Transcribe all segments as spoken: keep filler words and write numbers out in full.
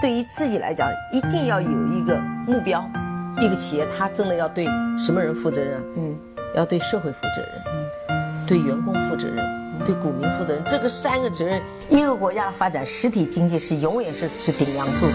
对于自己来讲，一定要有一个目标。一个企业它真的要对什么人负责任？嗯，要对社会负责任，嗯，对员工负责任，对股民负责任。这个三个责任，一个国家的发展，实体经济是永远是是顶梁柱。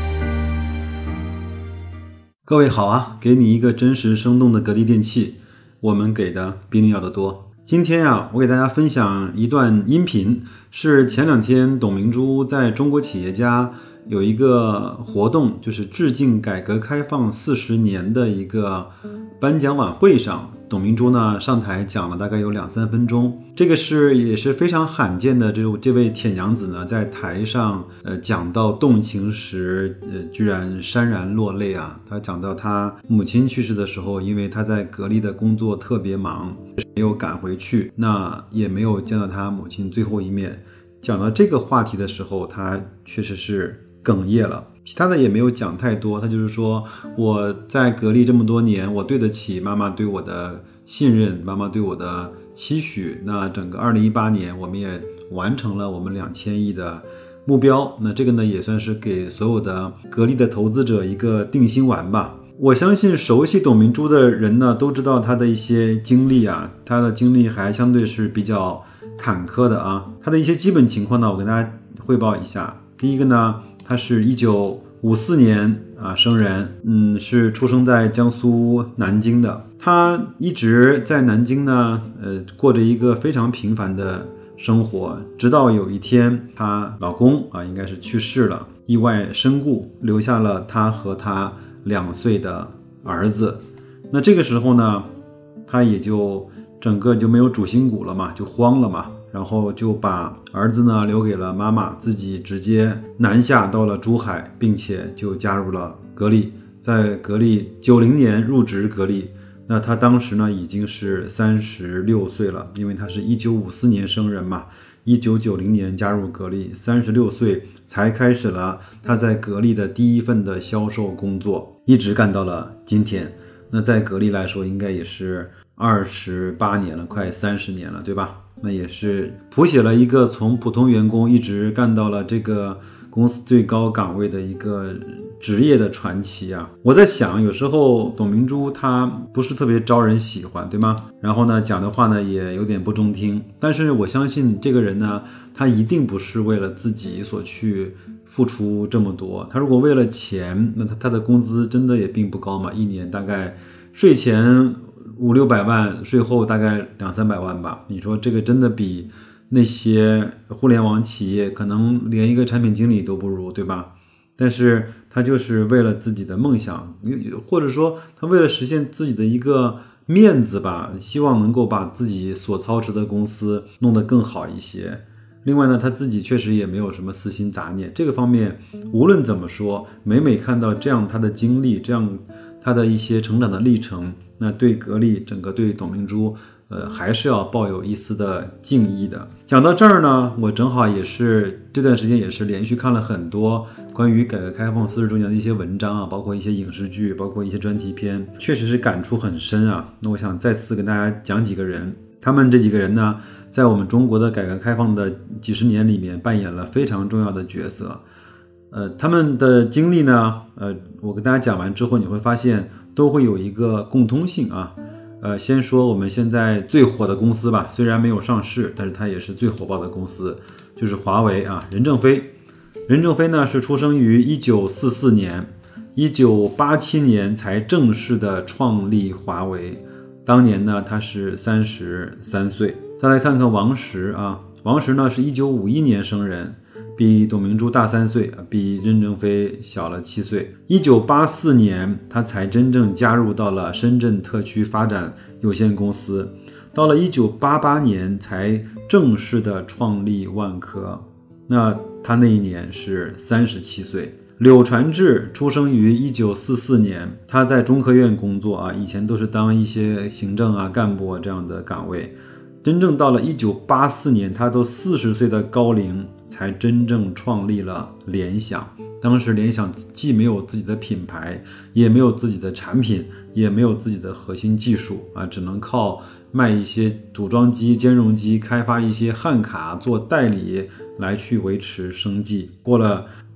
各位好啊，给你一个真实生动的格力电器，我们给的比你要的多。今天啊，我给大家分享一段音频，是前两天董明珠在中国企业家有一个活动，就是致敬改革开放四十年的一个颁奖晚会上，董明珠呢上台讲了大概有两三分钟。这个是也是非常罕见的，这这位铁娘子呢在台上呃讲到动情时，呃居然潸然落泪啊。她讲到她母亲去世的时候，因为她在格力的工作特别忙，没有赶回去，那也没有见到她母亲最后一面。讲到这个话题的时候，她确实是哽咽了，其他的也没有讲太多。他就是说，我在格力这么多年，我对得起妈妈对我的信任，妈妈对我的期许。那整个二零一八年，我们也完成了我们两千亿的目标。那这个呢，也算是给所有的格力的投资者一个定心丸吧。我相信熟悉董明珠的人呢，都知道她的一些经历啊，她的经历还相对是比较坎坷的啊。她的一些基本情况呢，我跟大家汇报一下。第一个呢，他是一九五四年啊生人，嗯，是出生在江苏南京的。他一直在南京呢，呃，过着一个非常平凡的生活，直到有一天，她老公啊，应该是去世了，意外身故，留下了她和她两岁的儿子。那这个时候呢，她也就整个就没有主心骨了嘛，就慌了嘛。然后就把儿子呢留给了妈妈，自己直接南下到了珠海，并且就加入了格力。在格力九零年入职格力，那他当时呢已经是三十六岁了，因为他是一九五四年生人嘛，一九九零年加入格力，三十六岁才开始了他在格力的第一份的销售工作，一直干到了今天。那在格力来说，应该也是二十八年了，快三十年了，对吧？那也是谱写了一个从普通员工一直干到了这个公司最高岗位的一个职业的传奇啊！我在想，有时候董明珠她不是特别招人喜欢，对吗？然后呢，讲的话呢也有点不中听。但是我相信这个人呢，他一定不是为了自己所去付出这么多。他如果为了钱，那他他的工资真的也并不高嘛，一年大概税前五六百万，税后大概两三百万吧。你说这个真的比那些互联网企业可能连一个产品经理都不如，对吧？但是他就是为了自己的梦想，或者说他为了实现自己的一个面子吧，希望能够把自己所操持的公司弄得更好一些。另外呢，他自己确实也没有什么私心杂念，这个方面无论怎么说，每每看到这样他的经历，这样他的一些成长的历程，那对格力整个对董明珠呃，还是要抱有一丝的敬意的。讲到这儿呢，我正好也是这段时间也是连续看了很多关于改革开放四十周年的一些文章啊，包括一些影视剧，包括一些专题片，确实是感触很深啊。那我想再次跟大家讲几个人，他们这几个人呢，在我们中国的改革开放的几十年里面扮演了非常重要的角色。呃，他们的经历呢，呃，我跟大家讲完之后，你会发现都会有一个共通性啊。呃，先说我们现在最火的公司吧，虽然没有上市，但是它也是最火爆的公司，就是华为啊。任正非，任正非呢是出生于一九四四年，一九八七年才正式的创立华为，当年呢他是三十三岁。再来看看王石啊，王石呢是一九五一年生人，比董明珠大三岁，比任正非小了七岁。一九八四年，他才真正加入到了深圳特区发展有限公司。到了一九八八年，才正式的创立万科。那他那一年是三十七岁。柳传志出生于一九四四年，他在中科院工作啊，以前都是当一些行政啊、干部啊这样的岗位。真正到了一九八四年，他都四十岁的高龄，才真正创立了联想。当时联想既没有自己的品牌，也没有自己的产品，也没有自己的核心技术啊，只能靠卖一些组装机、兼容机，开发一些汉卡做代理来去维持生计。过了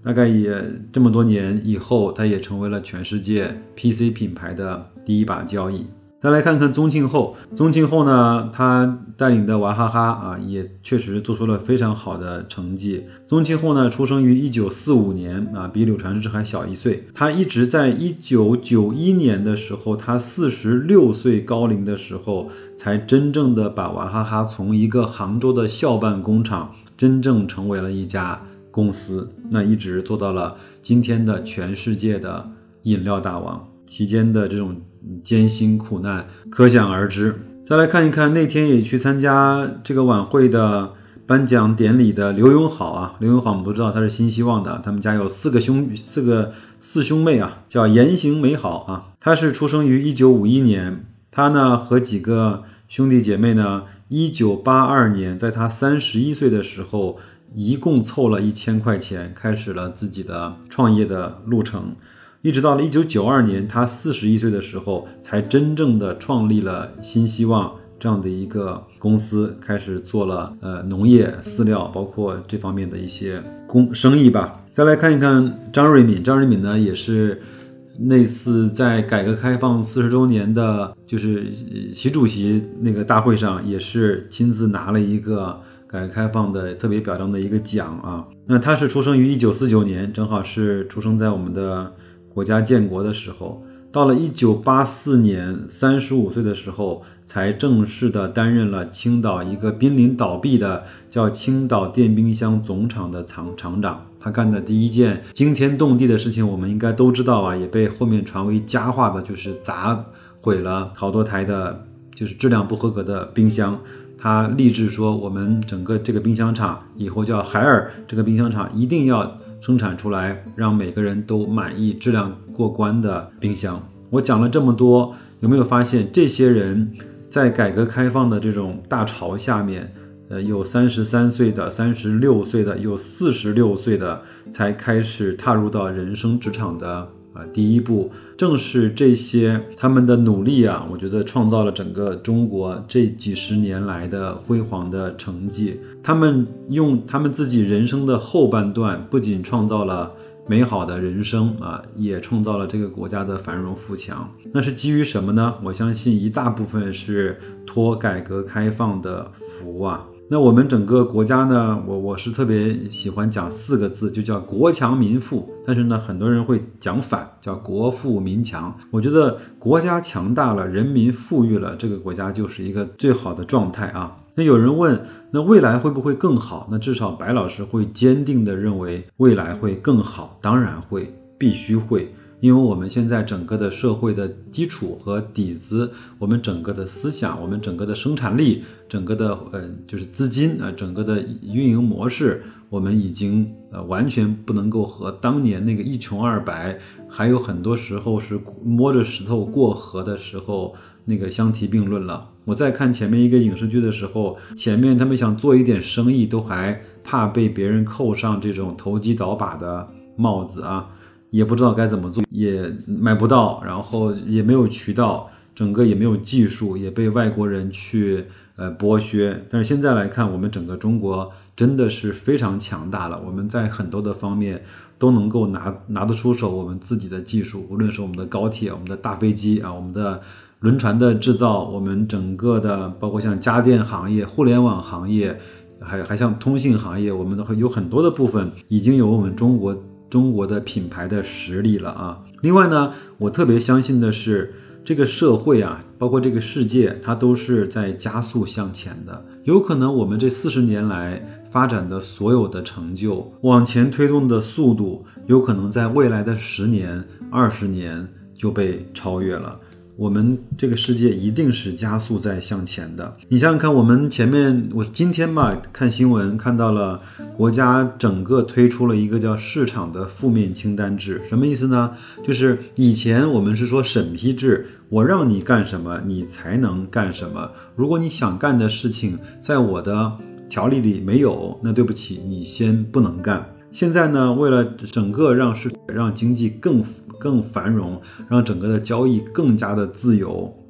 大概也这么多年以后，它也成为了全世界 P C 品牌的第一把交椅。再来看看宗庆后，宗庆后呢，他带领的娃哈哈啊，也确实做出了非常好的成绩。宗庆后呢，出生于一九四五年啊，比柳传志还小一岁。他一直在一九九一年的时候，他四十六岁高龄的时候，才真正的把娃哈哈从一个杭州的校办工厂，真正成为了一家公司，那一直做到了今天的全世界的饮料大王。期间的这种艰辛苦难可想而知。再来看一看那天也去参加这个晚会的颁奖典礼的刘永好啊，刘永好我们都知道他是新希望的，他们家有四个兄四个四兄妹啊，叫言行美好啊。他是出生于一九五一年，他呢和几个兄弟姐妹呢，一九八二年在他三十一岁的时候，一共凑了一千块钱，开始了自己的创业的路程。一直到了一九九二年，他四十一岁的时候，才真正的创立了新希望这样的一个公司，开始做了呃农业、饲料，包括这方面的一些工生意吧。再来看一看张瑞敏，张瑞敏呢也是那次在改革开放四十周年的，就是习主席那个大会上，也是亲自拿了一个改革开放的特别表彰的一个奖啊。那他是出生于一九四九年，正好是出生在我们的国家建国的时候。到了一九八四年三十五岁的时候，才正式的担任了青岛一个濒临倒闭的叫青岛电冰箱总厂的厂厂长。他干的第一件惊天动地的事情我们应该都知道啊，也被后面传为佳话的，就是砸毁了好多台的就是质量不合格的冰箱。他立志说，我们整个这个冰箱厂以后叫海尔这个冰箱厂一定要生产出来让每个人都满意、质量过关的冰箱。我讲了这么多，有没有发现这些人在改革开放的这种大潮下面，呃，有三十三岁的、三十六岁的，有四十六岁的，才开始踏入到人生职场的啊，第一步。正是这些他们的努力啊，我觉得创造了整个中国这几十年来的辉煌的成绩。他们用他们自己人生的后半段，不仅创造了美好的人生啊，也创造了这个国家的繁荣富强。那是基于什么呢？我相信一大部分是托改革开放的福啊。那我们整个国家呢，我我是特别喜欢讲四个字，就叫国强民富。但是呢，很多人会讲反，叫国富民强。我觉得国家强大了，人民富裕了，这个国家就是一个最好的状态啊。那有人问，那未来会不会更好？那至少白老师会坚定地认为未来会更好，当然会，必须会。因为我们现在整个的社会的基础和底子，我们整个的思想，我们整个的生产力，整个的呃就是资金啊、呃，整个的运营模式，我们已经呃完全不能够和当年那个一穷二白，还有很多时候是摸着石头过河的时候那个相提并论了。我在看前面一个影视剧的时候，前面他们想做一点生意，都还怕被别人扣上这种投机倒把的帽子啊。也不知道该怎么做，也买不到，然后也没有渠道，整个也没有技术，也被外国人去呃剥削。但是现在来看，我们整个中国真的是非常强大了，我们在很多的方面都能够拿拿得出手我们自己的技术，无论是我们的高铁、我们的大飞机啊、我们的轮船的制造，我们整个的包括像家电行业、互联网行业，还还像通信行业，我们的有很多的部分已经有我们中国中国的品牌的实力了啊。另外呢，我特别相信的是，这个社会啊，包括这个世界，它都是在加速向前的。有可能我们这四十年来发展的所有的成就，往前推动的速度，有可能在未来的十年、二十年就被超越了。我们这个世界一定是加速在向前的。你想想看，我们前面我今天吧看新闻看到了国家整个推出了一个叫市场的负面清单制。什么意思呢？就是以前我们是说审批制，我让你干什么你才能干什么，如果你想干的事情在我的条例里没有，那对不起，你先不能干。现在呢，为了整个让市让经济更更繁荣，让整个的交易更加的自由，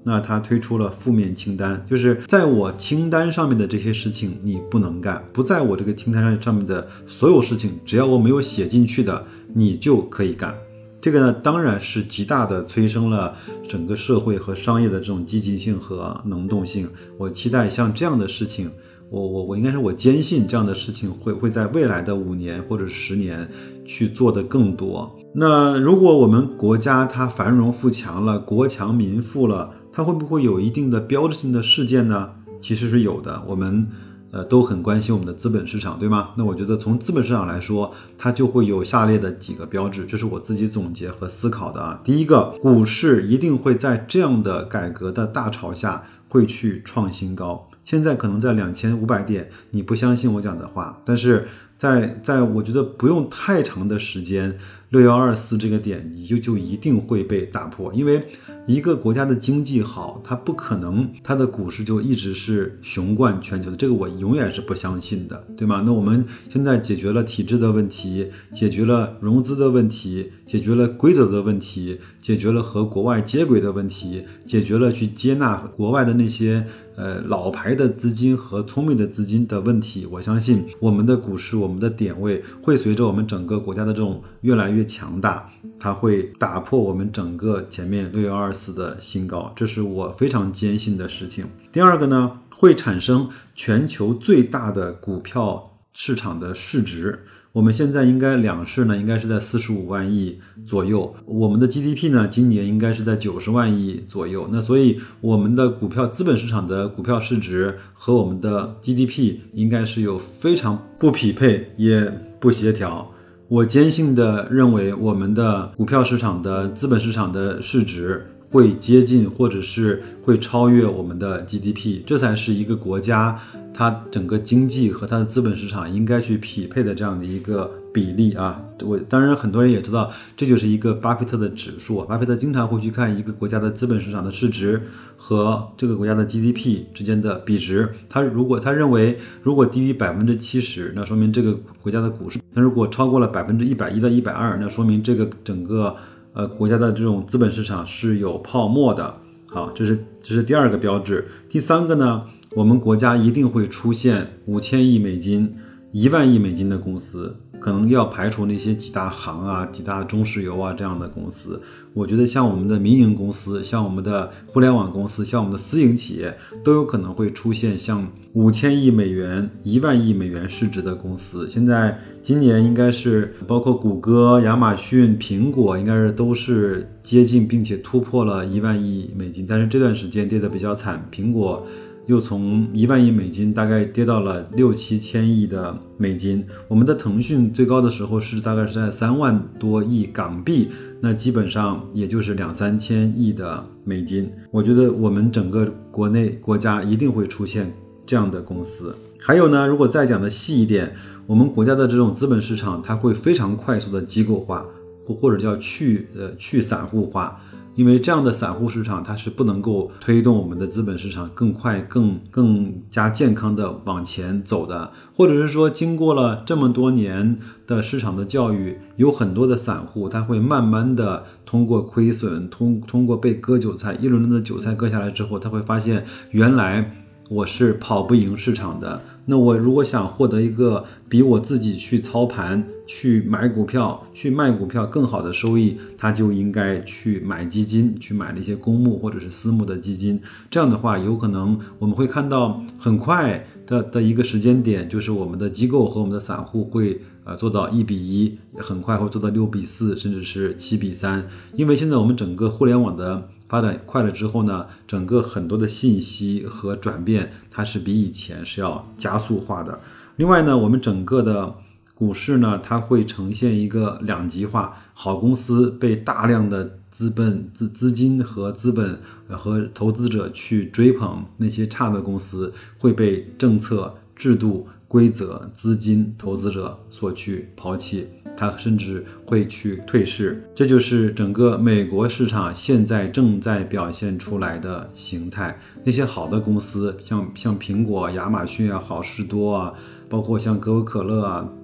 那他推出了负面清单，就是在我清单上面的这些事情你不能干，不在我这个清单上上面的所有事情，只要我没有写进去的，你就可以干。这个呢，当然是极大的催生了整个社会和商业的这种积极性和能动性。我期待像这样的事情，我我我应该是我坚信这样的事情会会在未来的五年或者十年去做得更多。那如果我们国家它繁荣富强了，国强民富了，它会不会有一定的标志性的事件呢？其实是有的。我们呃，都很关心我们的资本市场，对吗？那我觉得从资本市场来说，它就会有下列的几个标志，这是我自己总结和思考的啊。第一个，股市一定会在这样的改革的大潮下会去创新高。现在可能在两千五百点，你不相信我讲的话，但是在在我觉得不用太长的时间，六一二四这个点就就一定会被打破。因为一个国家的经济好，它不可能它的股市就一直是雄冠全球的，这个我永远是不相信的，对吗？那我们现在解决了体制的问题，解决了融资的问题，解决了规则的问题，解决了和国外接轨的问题，解决了去接纳国外的那些呃老牌的资金和聪明的资金的问题。我相信我们的股市，我们的点位会随着我们整个国家的这种越来越强大，它会打破我们整个前面六一二四的新高，这是我非常坚信的事情。第二个呢，会产生全球最大的股票市场的市值。我们现在应该两市呢，应该是在四十五万亿左右，我们的 G D P 呢，今年应该是在九十万亿左右。那所以我们的股票资本市场的股票市值和我们的 G D P 应该是有非常不匹配也不协调。我坚信的认为，我们的股票市场的资本市场的市值会接近或者是会超越我们的 G D P， 这才是一个国家它整个经济和它的资本市场应该去匹配的这样的一个比例啊。我当然很多人也知道，这就是一个巴菲特的指数，巴菲特经常会去看一个国家的资本市场的市值和这个国家的 G D P 之间的比值。他如果他认为如果低于 百分之七十， 那说明这个国家的股市，那如果超过了 百分之一百一 到一百二十，那说明这个整个呃国家的这种资本市场是有泡沫的。好，这是这是第二个标志。第三个呢，我们国家一定会出现五千亿美金、一万亿美金的公司，可能要排除那些几大行啊、几大中石油啊这样的公司。我觉得像我们的民营公司、像我们的互联网公司、像我们的私营企业，都有可能会出现像五千亿美元、一万亿美元市值的公司。现在今年应该是包括谷歌、亚马逊、苹果，应该是都是接近并且突破了一万亿美金，但是这段时间跌得比较惨，苹果又从一万亿美金大概跌到了六七千亿的美金。我们的腾讯最高的时候是大概是在三万多亿港币，那基本上也就是两三千亿的美金。我觉得我们整个国内国家一定会出现这样的公司。还有呢，如果再讲的细一点，我们国家的这种资本市场，它会非常快速的机构化，或者叫去呃去散户化。因为这样的散户市场，它是不能够推动我们的资本市场更快、更更加健康的往前走的。或者是说，经过了这么多年的市场的教育，有很多的散户，他会慢慢的通过亏损，通通过被割韭菜，一轮轮的韭菜割下来之后，他会发现原来我是跑不赢市场的。那我如果想获得一个比我自己去操盘、去买股票、去卖股票更好的收益，他就应该去买基金，去买那些公募或者是私募的基金。这样的话，有可能我们会看到很快的的一个时间点，就是我们的机构和我们的散户会呃做到一比一，很快会做到六比四，甚至是七比三。因为现在我们整个互联网的发展快了之后呢，整个很多的信息和转变，它是比以前是要加速化的。另外呢，我们整个的股市呢，它会呈现一个两极化，好公司被大量的资本资资金和资本和投资者去追捧，那些差的公司会被政策、制度、规则、资金、投资者所去抛弃，它甚至会去退市。这就是整个美国市场现在正在表现出来的形态。那些好的公司，像像苹果、亚马逊啊、好事多啊，包括像可口可乐啊，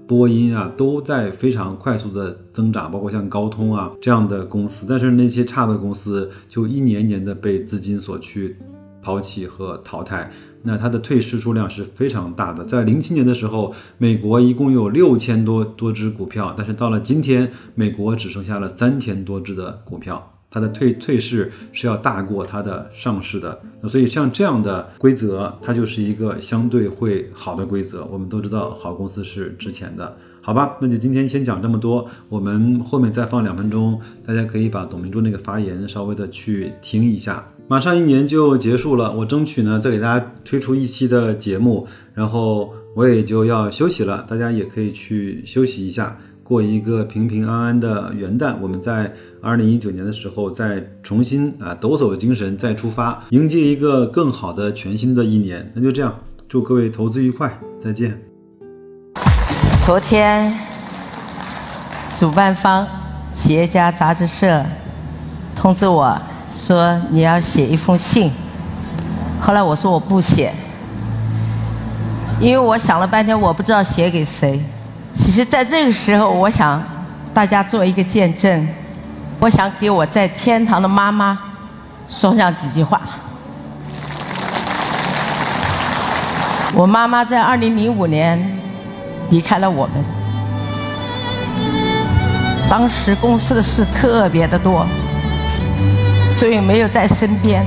波音啊，都在非常快速的增长，包括像高通啊这样的公司。但是那些差的公司就一年年的被资金所去抛弃和淘汰，那它的退市数量是非常大的。在零七年的时候，美国一共有六千多多只股票，但是到了今天，美国只剩下了三千多只的股票。它的退退市是要大过它的上市的，所以像这样的规则，它就是一个相对会好的规则。我们都知道好公司是值钱的，好吧？那就今天先讲这么多，我们后面再放两分钟，大家可以把董明珠那个发言稍微的去听一下。马上一年就结束了，我争取呢再给大家推出一期的节目，然后我也就要休息了，大家也可以去休息一下。过一个平平安安的元旦，我们在二零一九年的时候再重新啊抖擞精神再出发，迎接一个更好的全新的一年。那就这样，祝各位投资愉快，再见。 昨天主办方企业家杂志社通知我说你要写一封信，后来我说我不写，因为我想了半天我不知道写给谁。其实在这个时候，我想大家做一个见证，我想给我在天堂的妈妈说上几句话。我妈妈在二零零五年离开了我们，当时公司的事特别的多，所以没有在身边。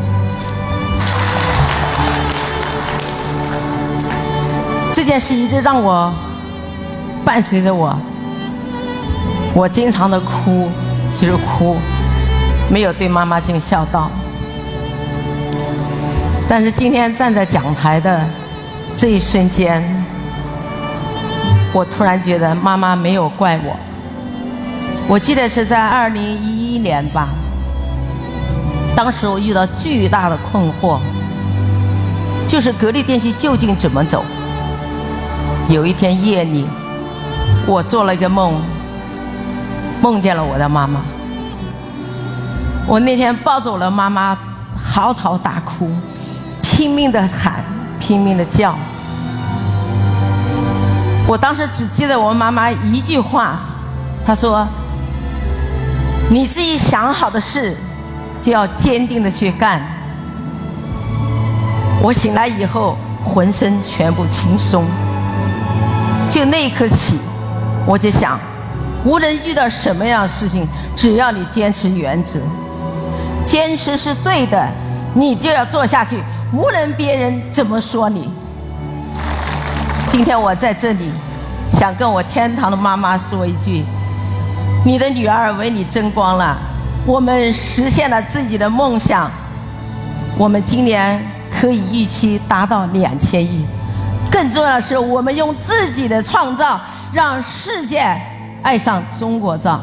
这件事一直让我伴随着我，我经常的哭，其实哭，没有对妈妈尽孝道。但是今天站在讲台的这一瞬间，我突然觉得妈妈没有怪我。我记得是在二零一一年吧，当时我遇到巨大的困惑，就是格力电器究竟怎么走。有一天夜里，我做了一个梦，梦见了我的妈妈。我那天抱走了妈妈，嚎啕大哭，拼命的喊，拼命的叫。我当时只记得我妈妈一句话，她说：“你自己想好的事，就要坚定的去干。”我醒来以后，浑身全部轻松。就那一刻起，我就想，无论遇到什么样的事情，只要你坚持原则，坚持是对的，你就要做下去，无论别人怎么说你。今天我在这里，想跟我天堂的妈妈说一句：你的女儿为你争光了，我们实现了自己的梦想，我们今年可以预期达到两千亿。更重要的是，我们用自己的创造让世界爱上中国造。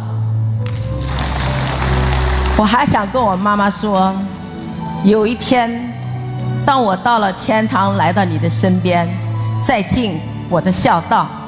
我还想跟我妈妈说，有一天当我到了天堂，来到你的身边，再尽我的孝道，